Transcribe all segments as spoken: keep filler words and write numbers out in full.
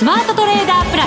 スマートトレーダープラス。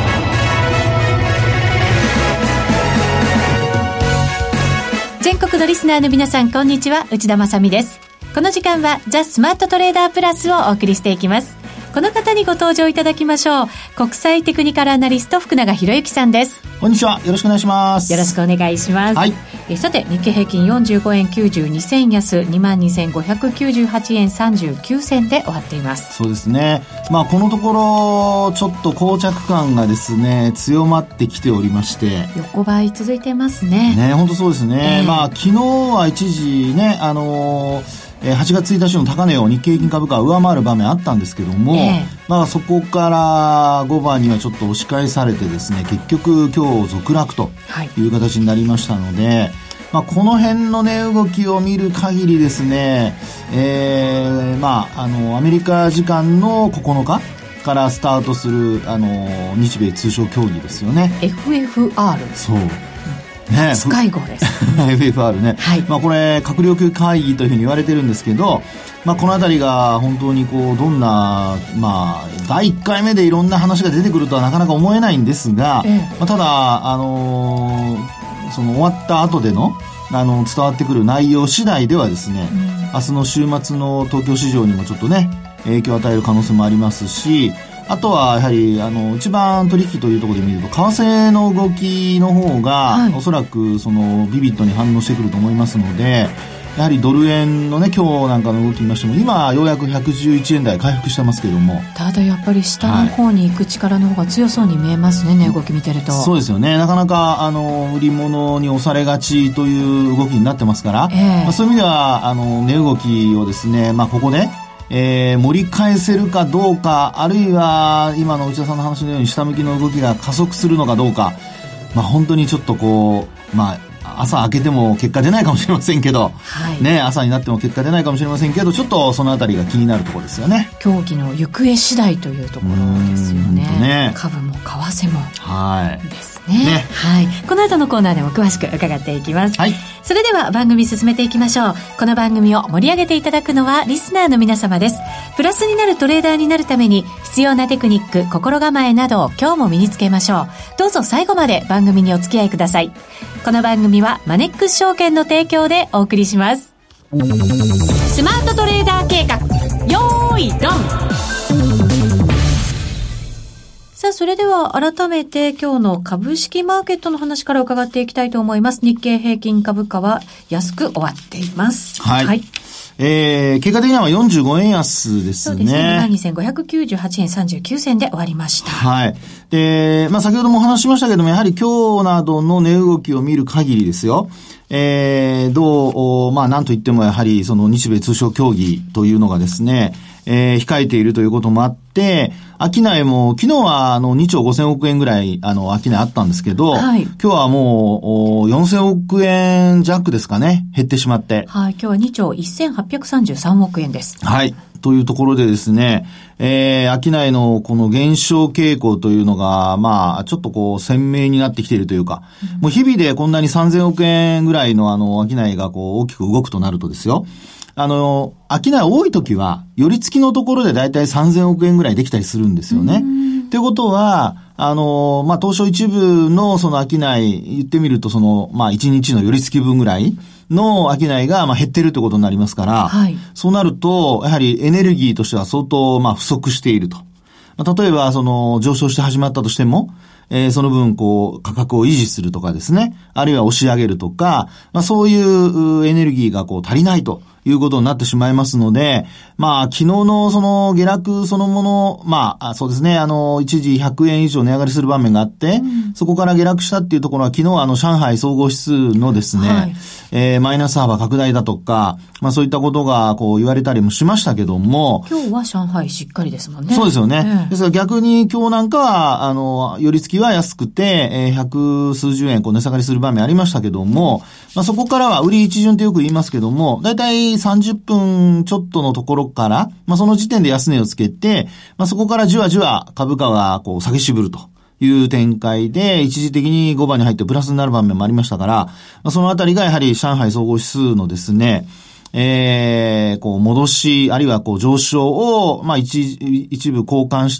全国のリスナーの皆さん、こんにちは、内田まさみです。この時間はザ・スマートトレーダープラスをお送りしていきます。この方にご登場いただきましょう。国際テクニカルアナリスト福永博之さんです。 こんにちは、よろしくお願いします。 よろしくお願いします。 はい、 えさて、日経平均よんじゅうごえんきゅうじゅうにせん安 にまんにせんごひゃくきゅうじゅうはちえんさんじゅうきゅうせんで終わっています。 そうですね、まあ、このところちょっと膠着感がですね強まってきておりまして、 横ばい続いてますね。 ね、本当そうですね、 えー、まあ昨日は一時ね、あのーはちがつついたちの高値を日経平均株価は上回る場面あったんですけども、えーまあ、そこからごばんにはちょっと押し返されてですね、結局今日続落という形になりましたので、はい、まあ、この辺の値動きを見る限りですね、えーまあ、あのアメリカ時間のここのかからスタートするあの日米通商協議ですよね。 エフエフアール。 そうね、 初会合です。 エフエフアール ね、はい、まあ、これ閣僚級会議というふうに言われてるんですけど、まあ、このあたりが本当にこうどんな、まあ、だいいっかいめでいろんな話が出てくるとはなかなか思えないんですが、ええまあ、ただ、あのー、その終わった後での、あの伝わってくる内容次第ではですね、うん、明日の週末の東京市場にもちょっとね影響を与える可能性もありますし、あとはやはりあの一番取引というところで見ると為替の動きの方が、はい、おそらくそのビビッドに反応してくると思いますので、やはりドル円のね今日なんかの動き見ましても今ようやくひゃくじゅういちえん台回復してますけども、 ただやっぱり下の方に行く力の方が強そうに見えますね、はい、値動き見てると。 そうですよね、なかなかあの売り物に押されがちという動きになってますから、えーまあ、そういう意味ではあの値動きをですね、まあ、ここでえー、盛り返せるかどうか、あるいは今の内田さんの話のように下向きの動きが加速するのかどうか、まあ、本当にちょっとこう、まあ、朝明けても結果出ないかもしれませんけど、はいね、朝になっても結果出ないかもしれませんけど、ちょっとそのあたりが気になるところですよね。 競技の行方次第というところですよ ね, ね株も為替もですね、ね、はい、この後のコーナーでも詳しく伺っていきます、はい、それでは番組進めていきましょう。この番組を盛り上げていただくのはリスナーの皆様です。プラスになるトレーダーになるために必要なテクニック、心構えなどを今日も身につけましょう。どうぞ最後まで番組にお付き合いください。この番組はマネックス証券の提供でお送りします。スマートトレーダー計画、よーいドン。さあ、それでは改めて今日の株式マーケットの話から伺っていきたいと思います。日経平均株価は安く終わっています。 はい、はい、えー、結果的にはよんじゅうごえん安ですね。 そうですね。にまんにせんごひゃくきゅうじゅうはちえんさんじゅうきゅうせんで終わりました。 はい。で、まあ、先ほどもお話ししましたけども、やはり今日などの値動きを見る限りですよ。えー、どう、まあ、なんといってもやはりその日米通商協議というのがですね、えー、控えているということもあって、商いも、昨日はあのにちょうごせんおくえんぐらい、あの、商いあったんですけど、はい、今日はもうよんせんおくえん弱ですかね、減ってしまって。 はい、今日はにちょうせんはっぴゃくさんじゅうさんおくえんです。 はい。というところでですね、えー、商いのこの減少傾向というのが、まあ、ちょっとこう、鮮明になってきているというか、うん、もう日々でこんなにさんぜんおくえんぐらいのあの、商いがこう、大きく動くとなるとですよ、あの、商い多い時は、寄り付きのところでだいたいさんぜんおくえんぐらいできたりするんですよね。っていうことは、あの、まあ、東証一部のその商い、言ってみるとその、まあ、いちにちの寄り付き分ぐらいの商いがまあ減ってるってことになりますから、はい、そうなると、やはりエネルギーとしては相当まあ不足していると。まあ、例えば、その、上昇して始まったとしても、えー、その分、こう、価格を維持するとかですね、あるいは押し上げるとか、まあ、そういうエネルギーがこう足りないということになってしまいますので、まあ、昨日のその下落そのもの、まあ、そうですね、あの、一時ひゃくえん以上値上がりする場面があって、うん、そこから下落したっていうところは、昨日はあの、上海総合指数のですね、はい、えー、マイナス幅拡大だとか、まあ、そういったことがこう言われたりもしましたけども、 今日は上海しっかりですもんね。 そうですよね。えー、ですから逆に今日なんかは、あの、寄り付きは安くて、えー、百数十円こう値下がりする場面ありましたけども、まあ、そこからは売り一巡ってよく言いますけども、だいたいさんじゅっぷんちょっとのところから、まあ、その時点で安値をつけて、まあ、そこからじわじわ株価がこう下げしぶるという展開で、一時的にごばんに入ってプラスになる場面もありましたから、まあ、そのあたりがやはり上海総合指数のですね、えー、こう戻し、あるいはこう上昇を、まあ一、一部交換して、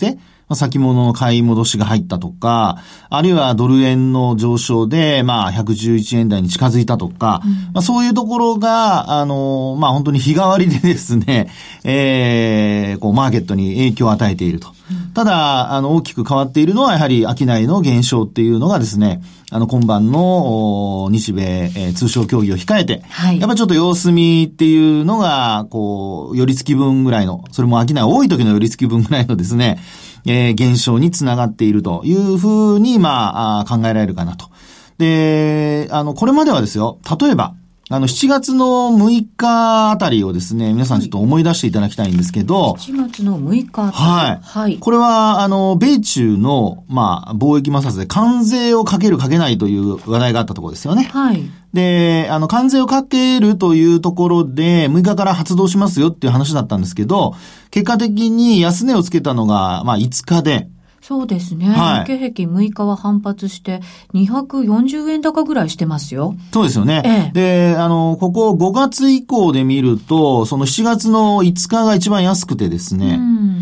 まあ、先物の買い戻しが入ったとか、あるいはドル円の上昇で、まあ、ひゃくじゅういちえん台に近づいたとか、うん、まあ、そういうところが、あの、まあ、本当に日替わりでですね、えー、こう、マーケットに影響を与えていると。うん、ただ、あの、大きく変わっているのは、やはり、商いの減少っていうのがですね、あの、今晩の、日米、えー、通商協議を控えて、はい、やっぱりちょっと様子見っていうのが、こう、寄り付き分ぐらいの、それも商い多い時の寄り付き分ぐらいのですね、えー、減少につながっているというふうに、まあ、考えられるかなと。で、あの、これまではですよ、例えば、あの、しちがつのむいかあたりをですね、皆さんちょっと思い出していただきたいんですけど。 しちがつのむいかあたり。 はい。はい。これは、あの、米中の、まあ、貿易摩擦で関税をかけるかけないという話題があったところですよね。はい。で、あの、関税をかけるというところで、むいかから発動しますよっていう話だったんですけど、結果的に安値をつけたのが、まあ、いつかで、 そうですね。はい、日経平均むいかは反発してにひゃくよんじゅうえん高ぐらいしてますよ。 そうですよね。ええ、で、あの、ここごがつ以降で見ると、そのしちがつのいつかが一番安くてですね。うん、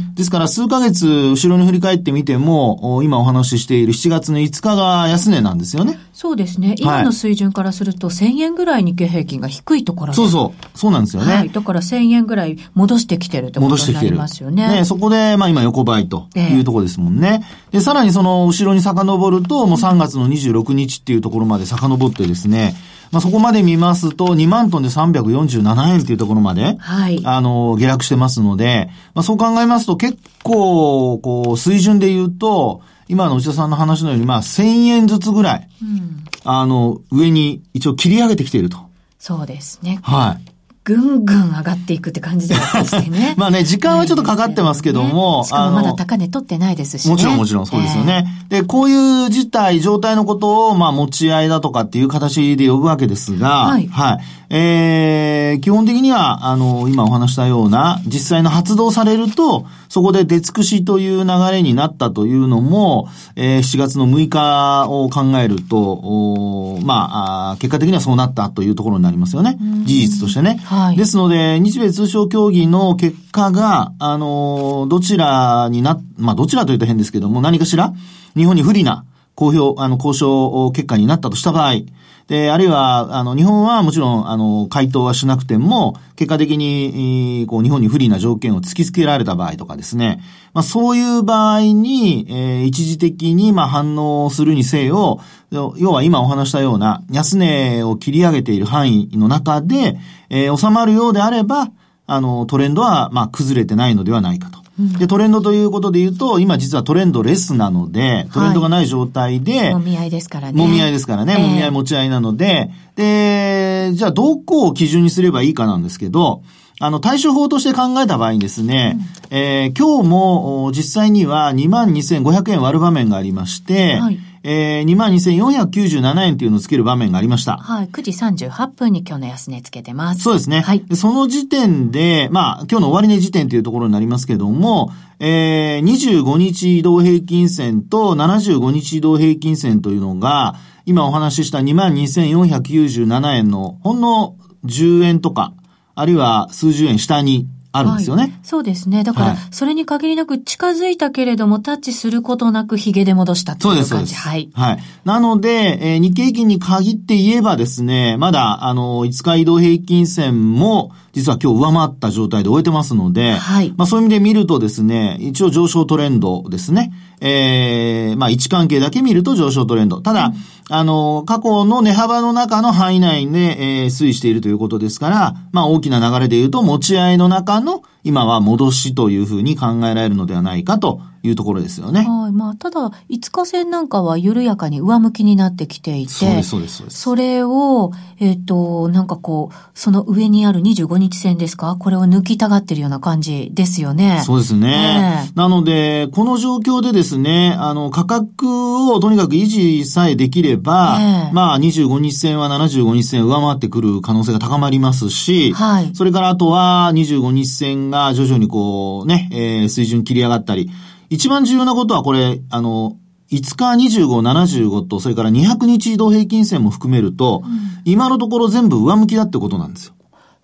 ですから数ヶ月後ろに振り返ってみても、今お話ししているしちがつのいつかが安値なんですよね。 そうですね。今の水準からするとせんえんぐらい日経平均が低いところで。 そうそう。そうなんですよね。はい。 だからせんえんぐらい戻してきてるってことになりますよね。 戻してきてる。ね、そこで、まあ今横ばいというところですもんね。ええ、で、さらにその後ろに遡ると、もうさんがつのにじゅうろくにちっていうところまで遡ってですね、まあそこまで見ますとにまんトンでさんびゃくよんじゅうななえんっていうところまで、はい。あの、下落してますので、まあそう考えますと結構、こう、水準で言うと、今の内田さんの話のように、まあせんえんずつぐらい、うん、あの、上に一応切り上げてきていると。 そうですね。 はい。 ぐんぐん上がっていくって感じではしてね。 まあね、時間はちょっとかかってますけども。 ね、しかもまだ高値取ってないですしね。 もちろんもちろんそうですよね。えー、で、こういう事態、状態のことを、まあ持ち合いだとかっていう形で呼ぶわけですが、はい。はい。えー、基本的には、あの、今お話したような、実際の発動されると、そこで出尽くしという流れになったというのも、えー、しちがつのむいかを考えると、まあ、結果的にはそうなったというところになりますよね。事実としてね。はい、ですので、日米通商協議の結果が、あの、どちらにな、まあ、どちらというと変ですけども、何かしら、日本に不利な公表、あの、交渉結果になったとした場合、で、あるいは、あの、日本はもちろん、あの、回答はしなくても、結果的に、こう、日本に不利な条件を突きつけられた場合とかですね。まあ、そういう場合に、えー、一時的に、まあ、反応するにせよ、要は今お話したような、安値を切り上げている範囲の中で、えー、収まるようであれば、あの、トレンドは、まあ、崩れてないのではないかと。で、トレンドということで言うと、今実はトレンドレスなので、トレンドがない状態で、 はい、もみ合いですからね。 もみ合いですからね。えー、もみ合い持ち合いなので、で、じゃあどこを基準にすればいいかなんですけど、あの、対処法として考えた場合にですね、うん、えー、今日も実際には にまんにせんごひゃくえん割る場面がありまして、はい、えー、にまんにせんよんひゃくきゅうじゅうななえんというのをつける場面がありました。 はい。くじさんじゅうはっぷんに今日の安値つけてます。 そうですね。はい。でその時点で、まあ、今日の終値時点というところになりますけども、えー、にじゅうごにち移動平均線とななじゅうごにち移動平均線というのが、今お話しした にまんにせんよんひゃくきゅうじゅうななえんのほんのじゅうえんとか、あるいは数十円下にあるんですよね。はい、 そうですね。だから、それに限りなく近づいたけれども、タッチすることなくヒゲで戻したっていう感じ。 そうです、そうです。 はい。 はい。なので、えー、日経平均に限って言えばですね、まだ、あの、いつか移動平均線も、実は今日上回った状態で終えてますので、はい。まあそういう意味で見るとですね、一応上昇トレンドですね。えー、まあ位置関係だけ見ると上昇トレンド。ただ、うん、あの、過去の値幅の中の範囲内で、えー、推移しているということですから、まあ大きな流れで言うと持ち合いの中の今は戻しというふうに考えられるのではないかというところですよね。 はい。まあ、ただ、いつか線なんかは緩やかに上向きになってきていて、 そうです、そうです、そうです。 それを、えっと、なんかこう、その上にあるにじゅうごにち線ですか？これを抜きたがってるような感じですよね。 そうですね。えー、なので、この状況でですね、あの、価格をとにかく維持さえできれば、えー、まあ、にじゅうごにち線はななじゅうごにち線を上回ってくる可能性が高まりますし、はい。それからあとは、にじゅうごにち線が徐々にこう、ね、えー、水準切り上がったり、一番重要なことはこれ、あの、いつかにじゅうご、ななじゅうごと、それからにひゃくにち移動平均線も含めると、うん、今のところ全部上向きだってことなんですよ。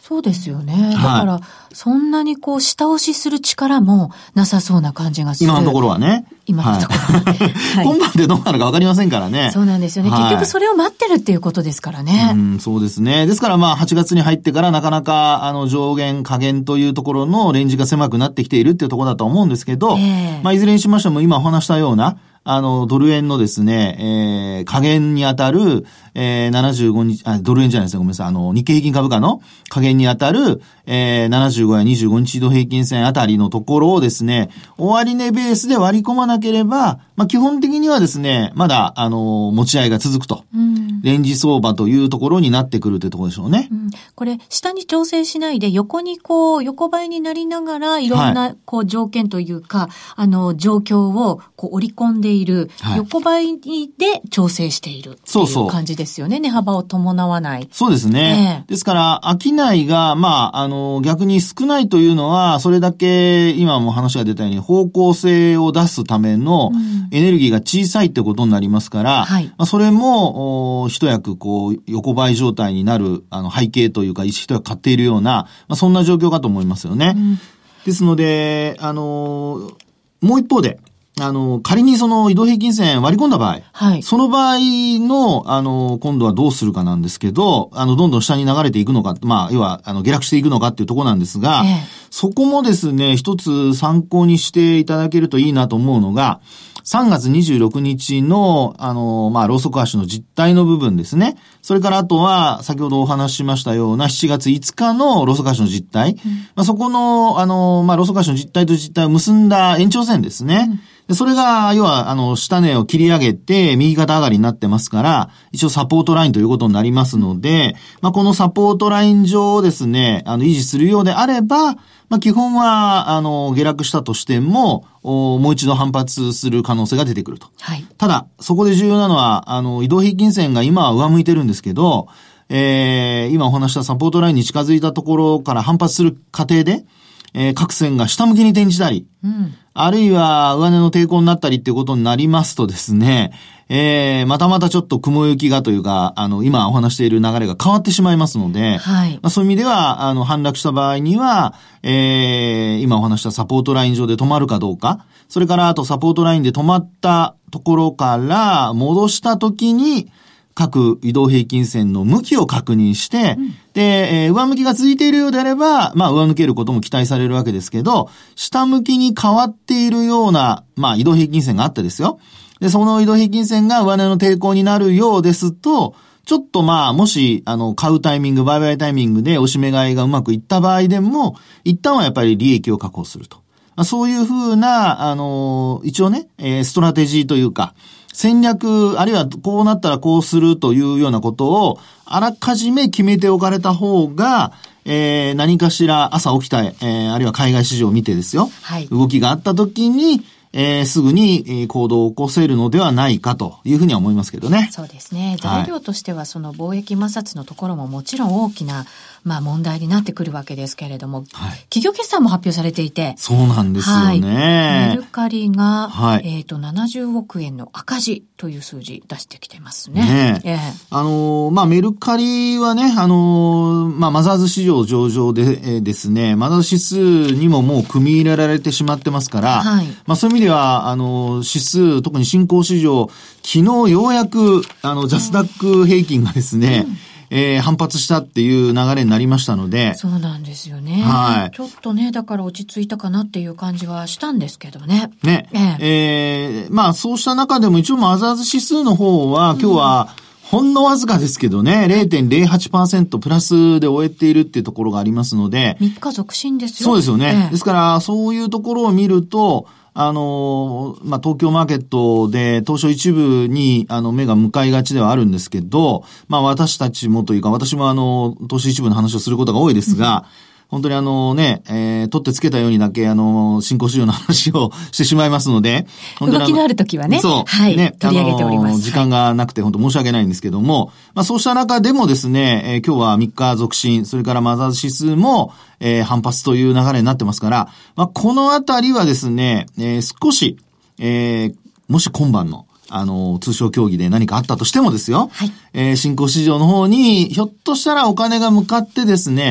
そうですよね。だから、はい、そんなにこう、下押しする力もなさそうな感じがする。 今のところはね。 今のところは。 はい、今晩でどうなるか分かりませんからね。 そうなんですよね。はい、結局それを待ってるっていうことですからね。 うん、そうですね。ですからまあ、はちがつに入ってからなかなか、あの、上限、下限というところのレンジが狭くなってきているっていうところだと思うんですけど、えー、まあ、いずれにしましても今お話したような、あの、ドル円のですね、えー、下限に当たる、えー、ななじゅうごにち、あ、ドル円じゃないですね、ごめんなさい。あの、日経平均株価の下限に当たる、えー、ななじゅうごやにじゅうごにち移動平均線あたりのところをですね、終値ベースで割り込まなければ、まあ、基本的にはですね、まだ、あの、持ち合いが続くと。うん、レンジ相場というところになってくるというところでしょうね。うん、 これ、下に調整しないで、横にこう、横ばいになりながら、いろんな、こう、条件というか、はい、あの、状況を、こう、織り込んでいる、はい、横ばいで調整しているっていう感じですよね。そうそう、値幅を伴わない。 そうですね。えー、ですから、商いが、まあ、あの、逆に少ないというのは、それだけ、今も話が出たように、方向性を出すためのエネルギーが小さいってことになりますから、うん、はい、まあ、それも、一役、こう、横ばい状態になる、あの、背景というか、一役買っているような、まあ、そんな状況かと思いますよね。うん、ですので、あの、もう一方で、あの、仮にその移動平均線割り込んだ場合、はい、その場合の、あの、今度はどうするかなんですけど、あの、どんどん下に流れていくのか、まあ、要は、あの、下落していくのかっていうところなんですが、ええ、そこもですね、一つ参考にしていただけるといいなと思うのが、さんがつにじゅうろくにちの、あの、まあ、ローソク足の実態の部分ですね。それからあとは、先ほどお話ししましたようなしちがついつかのローソク足の実態。うん、まあ、そこの、あの、まあ、ローソク足の実態と実態を結んだ延長線ですね。うん、でそれが、要は、あの、下値を切り上げて、右肩上がりになってますから、一応サポートラインということになりますので、まあ、このサポートライン上をですね、あの、維持するようであれば、まあ、基本は、あの、下落したとしても、もう一度反発する可能性が出てくると。はい。ただ、そこで重要なのは、あの、移動平均線が今は上向いてるんですけど、えー、今お話したサポートラインに近づいたところから反発する過程で、えー、各線が下向きに転じたり、うん、あるいは上値の抵抗になったりっていうことになりますとですね、えー、またまたちょっと雲行きがというか、あの、今お話している流れが変わってしまいますので、はい。まあ、そういう意味では、あの、反落した場合には、えー、今お話したサポートライン上で止まるかどうか、それからあとサポートラインで止まったところから戻したときに、各移動平均線の向きを確認して、うん、で、えー、上向きが続いているようであれば、まあ、上抜けることも期待されるわけですけど、下向きに変わっているような、まあ、移動平均線があってですよ。で、その移動平均線が上値の抵抗になるようですと、ちょっとまあ、もし、あの、買うタイミング、売買タイミングで押し目買いがうまくいった場合でも、一旦はやっぱり利益を確保すると。そういうふうな、あの、一応ね、えー、ストラテジーというか、戦略、あるいはこうなったらこうするというようなことを、あらかじめ決めておかれた方が、えー、何かしら朝起きた、えー、あるいは海外市場を見てですよ。はい。動きがあった時に、えー、すぐに行動を起こせるのではないかというふうには思いますけどね。 そうですね。材料としてはその貿易摩擦のところももちろん大きな、まあ問題になってくるわけですけれども、はい、企業決算も発表されていて。 そうなんですよね。 はい、メルカリが、はい、えっと、ななじゅうおくえんの赤字という数字出してきてますね。ねえ。ええ、 あのー、まあメルカリはね、あのー、まあマザーズ市場上場で、えー、ですね、マザーズ指数にももう組み入れられてしまってますから、はい、まあそういう意味では、あのー、指数、特に新興市場、昨日ようやく、あの、ジャスダック平均がですね、うんえー、反発したっていう流れになりましたので。 そうなんですよね。はい。ちょっとね、だから落ち着いたかなっていう感じはしたんですけどね。 ね。えー、えー、まあそうした中でも一応マザーズ指数の方は今日はほんのわずかですけどね、れいてんれいはちパーセント プラスで終えているっていうところがありますので。 みっか続伸ですよ。 そうですよね。えー、ですからそういうところを見ると、あの、まあ、東京マーケットで東証一部にあの目が向かいがちではあるんですけど、まあ、私たちもというか、私もあの、東証一部の話をすることが多いですが、うん、本当にあのね、えー、取ってつけたようにだけあの、新興市場の話をしてしまいますので、 本当に動きのあるときはね、 そう、 はい、ね、取り上げております。 時間がなくて本当申し訳ないんですけども、まあ、そうした中でもですね、えー、今日はみっか続伸、それからマザーズ指数も、えー、反発という流れになってますから、まあ、このあたりはですね、えー、少し、えー、もし今晩のあの、通商協議で何かあったとしてもですよ。はい。えー、新興市場の方に、ひょっとしたらお金が向かってですね、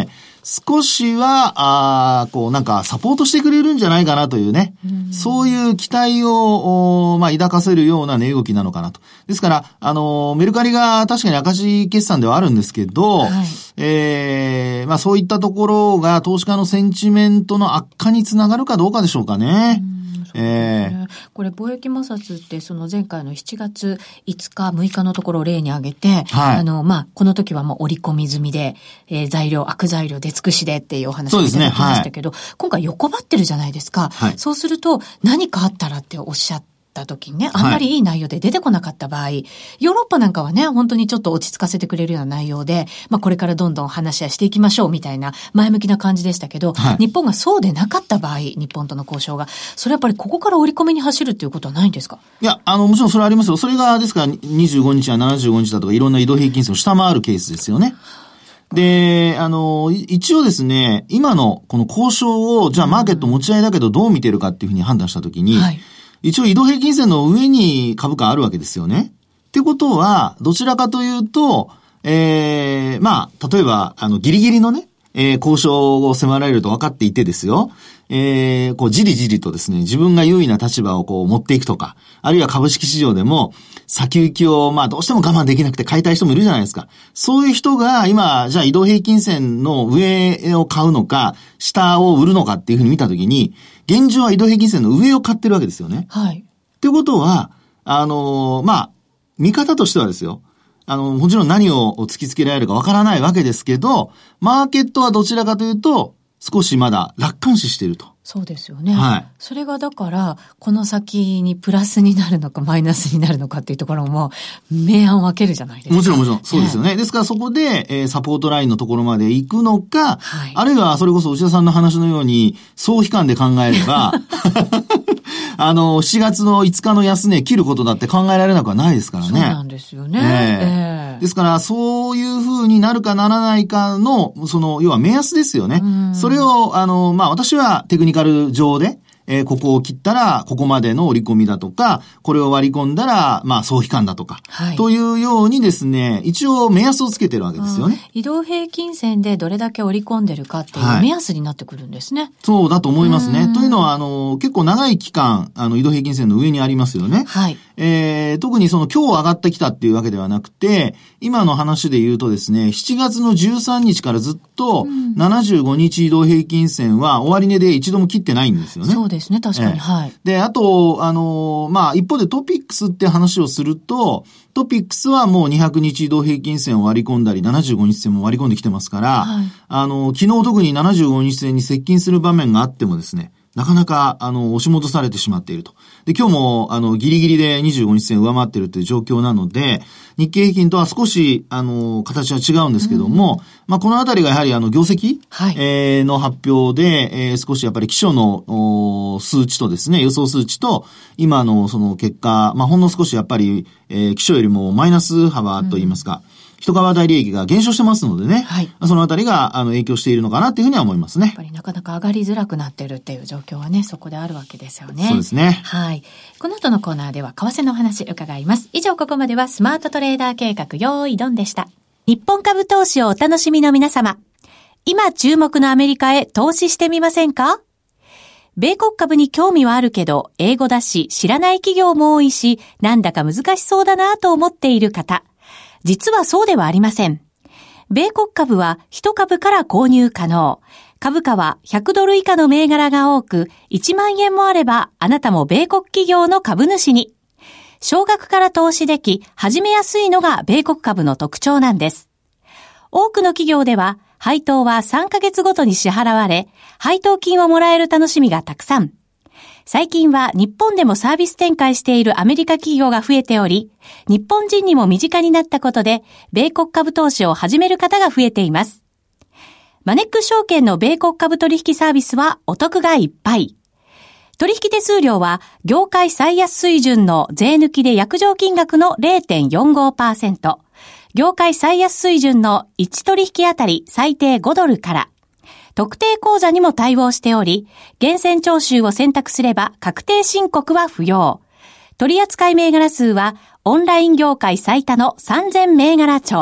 少しは、あこうなんかサポートしてくれるんじゃないかなというね、うん、そういう期待を、まあ、抱かせるような値動きなのかなと。ですから、あの、メルカリが確かに赤字決算ではあるんですけど、はい、えー、まあそういったところが投資家のセンチメントの悪化につながるかどうかでしょうかね。うんえー、これ貿易摩擦ってその前回のしちがついつかむいかのところを例に挙げて、はい、あのまあこの時はもう織り込み済みで、えー、材料悪材料出尽くしでっていうお話をいただきましたけど、ねはい、今回横ばってるじゃないですか、はい、そうすると何かあったらっておっしゃってた時にね、あんまりいい内容で出てこなかった場合、はい、ヨーロッパなんかはね、本当にちょっと落ち着かせてくれるような内容で、まあこれからどんどん話し合いしていきましょうみたいな前向きな感じでしたけど、はい、日本がそうでなかった場合、日本との交渉が、それやっぱりここから織り込みに走るっていうことはないんですか？ いや、あの、もちろんそれはありますよ。それが、ですからにじゅうごにちやななじゅうごにちだとかいろんな移動平均線を下回るケースですよね。で、あの、一応ですね、今のこの交渉を、じゃあマーケット持ち合いだけどどう見てるかっていうふうに判断したときに、はい一応移動平均線の上に株価あるわけですよね。ってことは、どちらかというと、ええー、まあ、例えば、あの、ギリギリのね、えー、交渉を迫られると分かっていてですよ。えー、こう、じりじりとですね、自分が優位な立場をこう持っていくとか、あるいは株式市場でも、先行きを、まあ、どうしても我慢できなくて買いたい人もいるじゃないですか。そういう人が、今、じゃあ移動平均線の上を買うのか、下を売るのかっていうふうに見たときに、現状は移動平均線の上を買ってるわけですよね。はい。ってことは、あのー、まあ、見方としてはですよ。あの、もちろん何を突きつけられるかわからないわけですけど、マーケットはどちらかというと、少しまだ楽観視していると。 そうですよね。はい。それがだから、この先にプラスになるのかマイナスになるのかっていうところも、明暗分けるじゃないですか。 もちろんもちろん。そうですよね。ねですからそこで、えー、サポートラインのところまで行くのか、はい、あるいはそれこそ内田さんの話のように、総悲観で考えれば、あの、しちがつのいつかの安値切ることだって考えられなくはないですからね。そうなんですよね。えーえー、ですから、そういう風になるかならないかの、その、要は目安ですよね。それを、あの、まあ、私はテクニカル上で、えー、ここを切ったら、ここまでの折り込みだとか、これを割り込んだら、まあ、総悲観だとか、はい、というようにですね、一応目安をつけてるわけですよね。 移動平均線でどれだけ織り込んでるかっていう目安になってくるんですね。はい、 そうだと思いますね。というのは、あの、結構長い期間、あの、移動平均線の上にありますよね。はい。えー、特にその今日上がってきたっていうわけではなくて、今の話で言うとですね、しちがつのじゅうさんにちからずっと、ななじゅうごにち移動平均線は終値で一度も切ってないんですよね。 そうですね、確かに。えー、はい。 で、あと、あの、まあ、一方でトピックスって話をすると、トピックスはもうにひゃくにち移動平均線を割り込んだり、ななじゅうごにち線も割り込んできてますから、はい、あの、昨日特にななじゅうごにち線に接近する場面があってもですね、なかなか、あの、押し戻されてしまっていると。で、今日も、あの、ギリギリでにじゅうごにち線上回っているという状況なので、日経平均とは少し、あの、形は違うんですけども、うん、まあ、このあたりがやはり、あの、業績、はい、えー、の発表で、えー、少しやっぱり基礎の、数値とですね、予想数値と、今のその結果、まあ、ほんの少しやっぱり、えー、基礎よりもマイナス幅といいますか、うん一株当たり利益が減少してますのでね。はい。そのあたりが、あの、影響しているのかなっていうふうには思いますね。 やっぱりなかなか上がりづらくなってるっていう状況はね、そこであるわけですよね。 そうですね。 はい。この後のコーナーでは、為替のお話伺います。以上、ここまではスマートトレーダー計画、用意ドンでした。日本株投資をお楽しみの皆様。今注目のアメリカへ投資してみませんか？米国株に興味はあるけど、英語だし、知らない企業も多いし、なんだか難しそうだなと思っている方。実はそうではありません。米国株はひとかぶから購入可能。株価はひゃくドル以下の銘柄が多く、いちまんえんもあればあなたも米国企業の株主に。少額から投資でき、始めやすいのが米国株の特徴なんです。多くの企業では、配当はさんかげつごとに支払われ、配当金をもらえる楽しみがたくさん。最近は日本でもサービス展開しているアメリカ企業が増えており、日本人にも身近になったことで、米国株投資を始める方が増えています。マネックス証券の米国株取引サービスはお得がいっぱい。取引手数料は業界最安水準の税抜きで約定金額の れいてんよんごパーセント、業界最安水準のいち取引あたり最低ごドルから、特定口座にも対応しており、厳選徴収を選択すれば確定申告は不要。取扱銘柄数はオンライン業界最多のさんぜん銘柄超。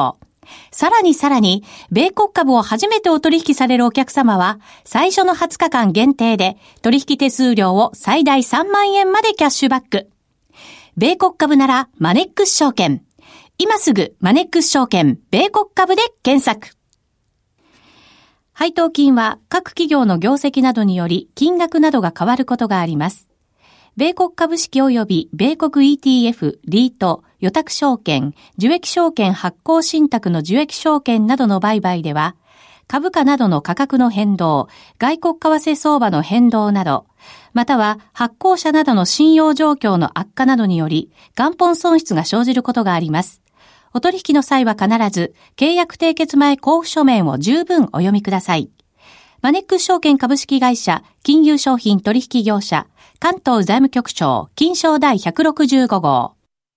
さらにさらに、米国株を初めてお取引されるお客様は、最初のはつかかん限定で、取引手数料を最大さんまんえんまでキャッシュバック。米国株なら、マネックス証券。今すぐ、マネックス証券、米国株で検索。配当金は、各企業の業績などにより、金額などが変わることがあります。米国株式及び米国 イーティーエフ、リート、予託証券、受益証券発行信託の受益証券などの売買では、株価などの価格の変動、外国為替相場の変動など、または発行者などの信用状況の悪化などにより、元本損失が生じることがあります。お取引の際は必ず、契約締結前交付書面を十分お読みください。マネックス証券株式会社、金融商品取引業者、関東財務局長、金商第ひゃくろくじゅうご号。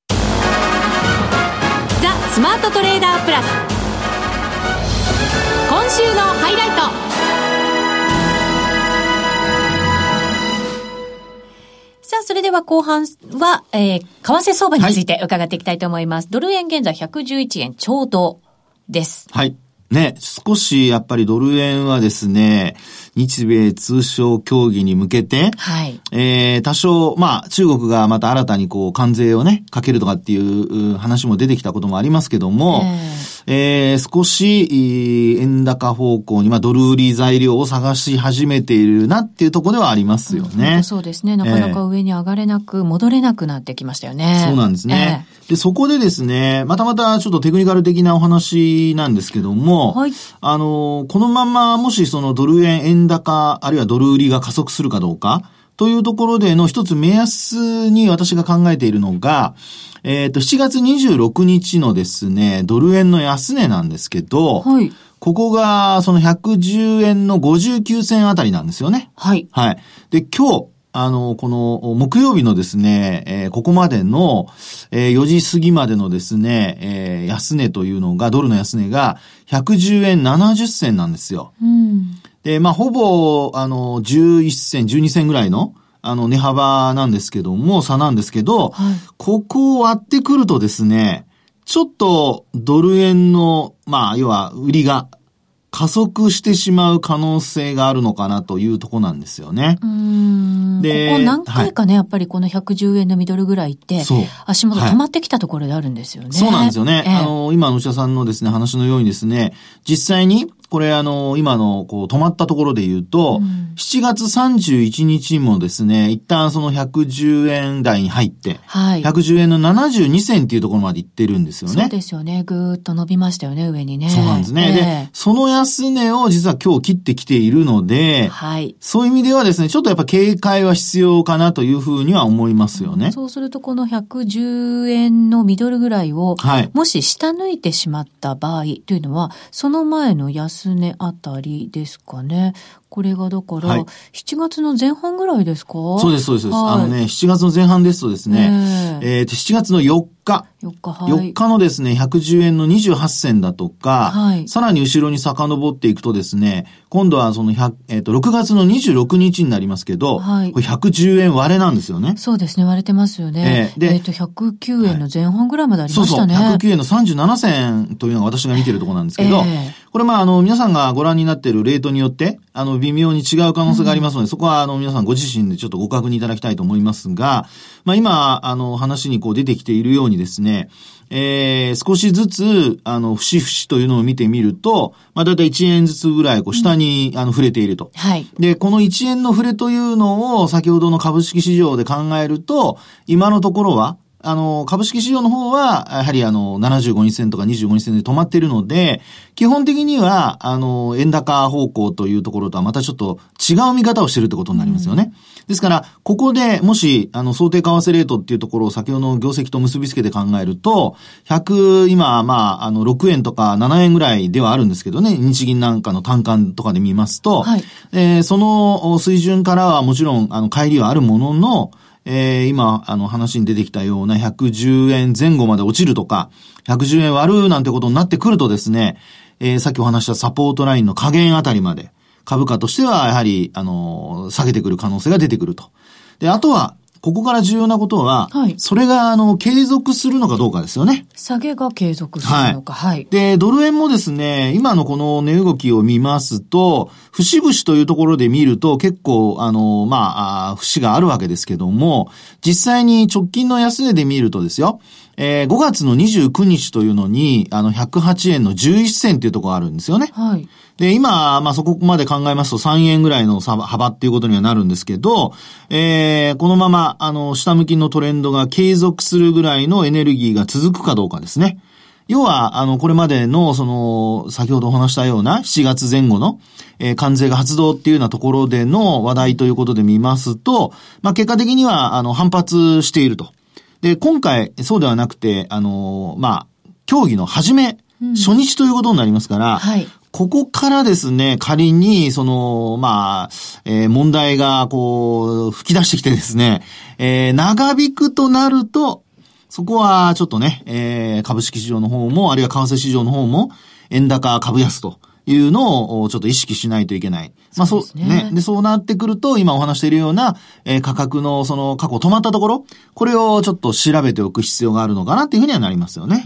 ザ・スマートトレーダープラス。今週のハイライト。さあ、それでは後半は、えー、為替相場について伺っていきたいと思います。はい、ドル円現在ひゃくじゅういちえんちょうどです。 はい。ね、少しやっぱりドル円はですね、日米通商協議に向けて、はい。えー、多少、まあ、中国がまた新たにこう、関税をね、かけるとかっていう話も出てきたこともありますけども、えー、えー、少し、円高方向に、まあ、ドル売り材料を探し始めているなっていうところではありますよね。 うん、そうですね。なかなか上に上がれなく、えー、戻れなくなってきましたよね。 そうなんですね。えー、で、そこでですね、またまたちょっとテクニカル的なお話なんですけども、はい、あの、このままもしそのドル円、円高、あるいはドル売りが加速するかどうか、というところでの一つ目安に私が考えているのが、えっと、しちがつにじゅうろくにちのですね、ドル円の安値なんですけど、はい、ここがそのひゃくじゅうえんのごじゅうきゅうせんあたりなんですよね。はい。はい。で、今日、あの、この木曜日のですね、えー、ここまでの、えー、よじ過ぎまでのですね、えー、安値というのが、ドルの安値がひゃくじゅうえんななじゅっせんなんですよ。うん、で、まあ、ほぼ、あの、じゅういっせん、じゅうにせんぐらいの、あの、値幅なんですけども、差なんですけど、はい、ここを割ってくるとですね、ちょっとドル円の、まあ、要は、売りが、加速してしまう可能性があるのかなというところなんですよね。 うーん。で、ここ何回かね、はい、やっぱりこのひゃくじゅうえんのミドルぐらいって、足元止まってきたところであるんですよね。はい、 そうなんですよね。えー、あの、今の内田さんのですね、話のようにですね、実際に、これあの、今のこう止まったところで言うと、うん、しちがつさんじゅういちにちもですね、一旦そのひゃくじゅうえん台に入って、はい、ひゃくじゅうえんのななじゅうにせんっていうところまで行ってるんですよね。 そうですよね。ぐーっと伸びましたよね、上にね。 そうなんですね。えー、で、その安値を実は今日切ってきているので、はい、そういう意味ではですね、ちょっとやっぱ警戒は必要かなというふうには思いますよね。 うん、そうするとこのひゃくじゅうえんのミドルぐらいを、はい、もし下抜いてしまった場合というのは、その前の安値あたりですかね。これがだから、はい、しちがつの前半ぐらいですか？ そうです、そうです。はい、あのね、しちがつの前半ですとですね、えー、えーと、しちがつのよっか、よっか、はい、よっかのですね、ひゃくじゅうえんのにじゅうはっせんだとか、はい、さらに後ろに遡っていくとですね、今度はそのひゃく、えーと、ろくがつのにじゅうろくにちになりますけど、はい、これひゃくじゅうえん割れなんですよね。 そうですね、割れてますよね。えー、で、えーと、ひゃくきゅうえんの前半ぐらいまでありましたね。 そうそう、ひゃくきゅうえんのさんじゅうななせんというのが私が見てるところなんですけど、えー、これまあ、あの、皆さんがご覧になっているレートによって、あの、微妙に違う可能性がありますので、うん、そこはあの、皆さんご自身でちょっとご確認いただきたいと思いますが、まあ今、あの、話にこう出てきているようにですね、えー、少しずつ、あの、節々というのを見てみると、まあだいたいいちえんずつぐらい、こう、下に、うん、あの、触れていると。はい。で、このいちえんの触れというのを、先ほどの株式市場で考えると、今のところは、あの、株式市場の方は、やはりあの、ななじゅうごにせんとかにじゅうごにせんで止まっているので、基本的には、あの、円高方向というところとはまたちょっと違う見方をしているってことになりますよね。うん、ですから、ここでもし、あの、想定為替レートっていうところを先ほどの業績と結びつけて考えると、ひゃく、今、まあ、あの、ろくえんとかななえんぐらいではあるんですけどね、日銀なんかの単価とかで見ますと、はい、えー、その水準からはもちろん、あの、乖離はあるものの、えー、今、あの話に出てきたようなひゃくじゅうえんぜん後まで落ちるとか、ひゃくじゅうえん割るなんてことになってくるとですね、えー、さっきお話したサポートラインの下限あたりまで、株価としてはやはり、あのー、下げてくる可能性が出てくると。で、あとは、 ここから重要なことは、はい、それが、あの、継続するのかどうかですよね。 下げが継続するのか。はい。はい、 で、ドル円もですね、今のこの値動きを見ますと、節々というところで見ると結構、あの、まあ、節があるわけですけども、実際に直近の安値で見るとですよ、えー、ごがつのにじゅうくにちというのに、あの、ひゃくはちえんのじゅういっせんっていうところがあるんですよね。はい。で、今、まあ、そこまで考えますとさんえんぐらいの幅っていうことにはなるんですけど、えー、このまま、あの、下向きのトレンドが継続するぐらいのエネルギーが続くかどうかですね。要は、あの、これまでの、その、先ほどお話したようなしちがつぜん後の、えー、関税が発動っていうようなところでの話題ということで見ますと、まあ、結果的には、あの、反発していると。で、今回、そうではなくて、あの、まあ、協議の始め、うん、初日ということになりますから、はい。ここからですね、仮に、その、まあ、えー、問題が、こう、吹き出してきてですね、えー、長引くとなると、そこはちょっとね、えー、株式市場の方も、あるいは為替市場の方も、円高株安というのをちょっと意識しないといけない。まあそうですね。ね。で、そうなってくると、今お話しているような、えー、価格のその過去止まったところ、これをちょっと調べておく必要があるのかなっていうふうにはなりますよね。 うん。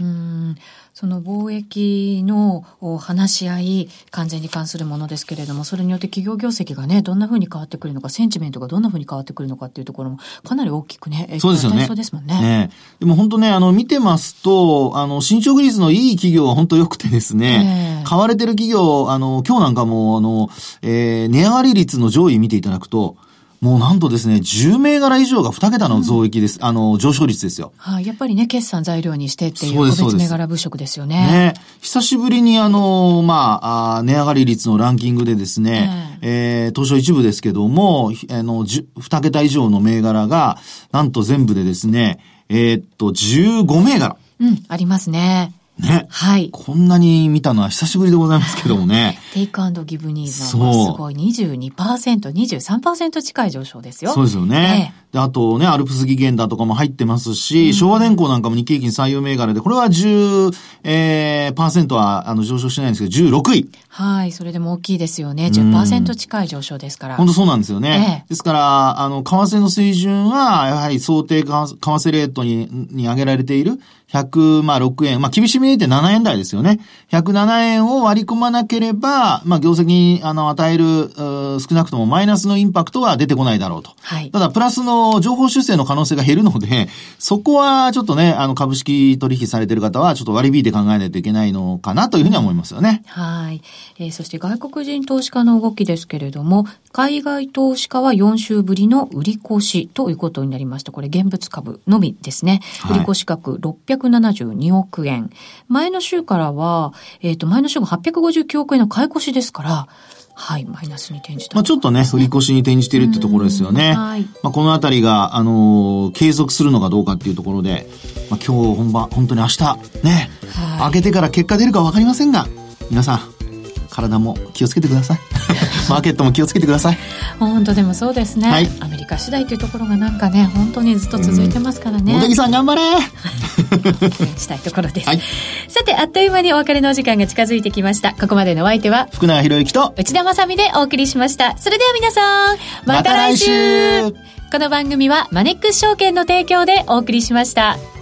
その貿易の話し合い、関税に関するものですけれども、それによって企業業績がね、どんな風に変わってくるのか、センチメントがどんな風に変わってくるのかっていうところも、かなり大きくね、 そうですよね。 そうですもんね。 ねでも本当ね、あの、見てますと、あの、進捗率のいい企業は本当良くてですね、買われてる企業、あの、今日なんかも、あの、えー、値上がり率の上位見ていただくと、もうなんとですね、じゅうめいがら以上がに桁の増益です。うん、あの、上昇率ですよ。 はい、やっぱりね、決算材料にしてっていう個別銘柄物色ですよね。 ね。久しぶりにあの、まあ、あ値上がり率のランキングでですね、えー、えー、東証一部ですけども、あの、に桁以上の銘柄が、なんと全部でですね、えー、っと、じゅうごめいがら。 うん、ありますね。 ね。はい。こんなに見たのは久しぶりでございますけどもね。 テイクアンドギブニーズのすごい にじゅうにパーセント、にじゅうさんパーセント 近い上昇ですよ。 そうですよね。ええ、で、あとね、アルプスギゲンダとかも入ってますし、うん、昭和電工なんかも日経平均採用銘柄で、これはじゅう、えー、パーセントはあの上昇してないんですけど、じゅうろくい。はい、 それでも大きいですよね。じゅっパーセント 近い上昇ですから。 本当そうなんですよね。ええ、ですから、あの、為替の水準は、やはり想定為替レートに、に上げられているひゃくろくえん、まあ、厳しめに言ってななえん台ですよね。ひゃくななえんを割り込まなければ、まあ、業績に、あの、与える、少なくともマイナスのインパクトは出てこないだろうと。はい。ただ、プラスの情報修正の可能性が減るので、そこはちょっとね、あの、株式取引されている方は、ちょっと割り引いて考えないといけないのかなというふうには思いますよね。 はい。えー、そして外国人投資家の動きですけれども、海外投資家はよんしゅうぶりの売り越しということになりました。これ、現物株のみですね。はい、売り越し額ろっぴゃくななじゅうにおくえん。前の週からは、えっと、前の週がはっぴゃくごじゅうきゅうおくえんの買い越しですから、はい、マイナスに転じた、ね。 まあちょっとね、売り越しに転じているってところですよね。はい。まあこのあたりが、あのー、継続するのかどうかっていうところで、まあ今日本番、本当に明日、ね、はい、開けてから結果出るかわかりませんが、皆さん、体も気をつけてください。マーケットも気をつけてください。 本当でもそうですね、はい、アメリカ次第というところがなんかね、本当にずっと続いてますからね。 茂木さん頑張れしたいところです、はい、さてあっという間にお別れのお時間が近づいてきました。ここまでのお相手は福永博之と内田まさみでお送りしました。それでは皆さんまた来週、また来週。この番組はマネックス証券の提供でお送りしました。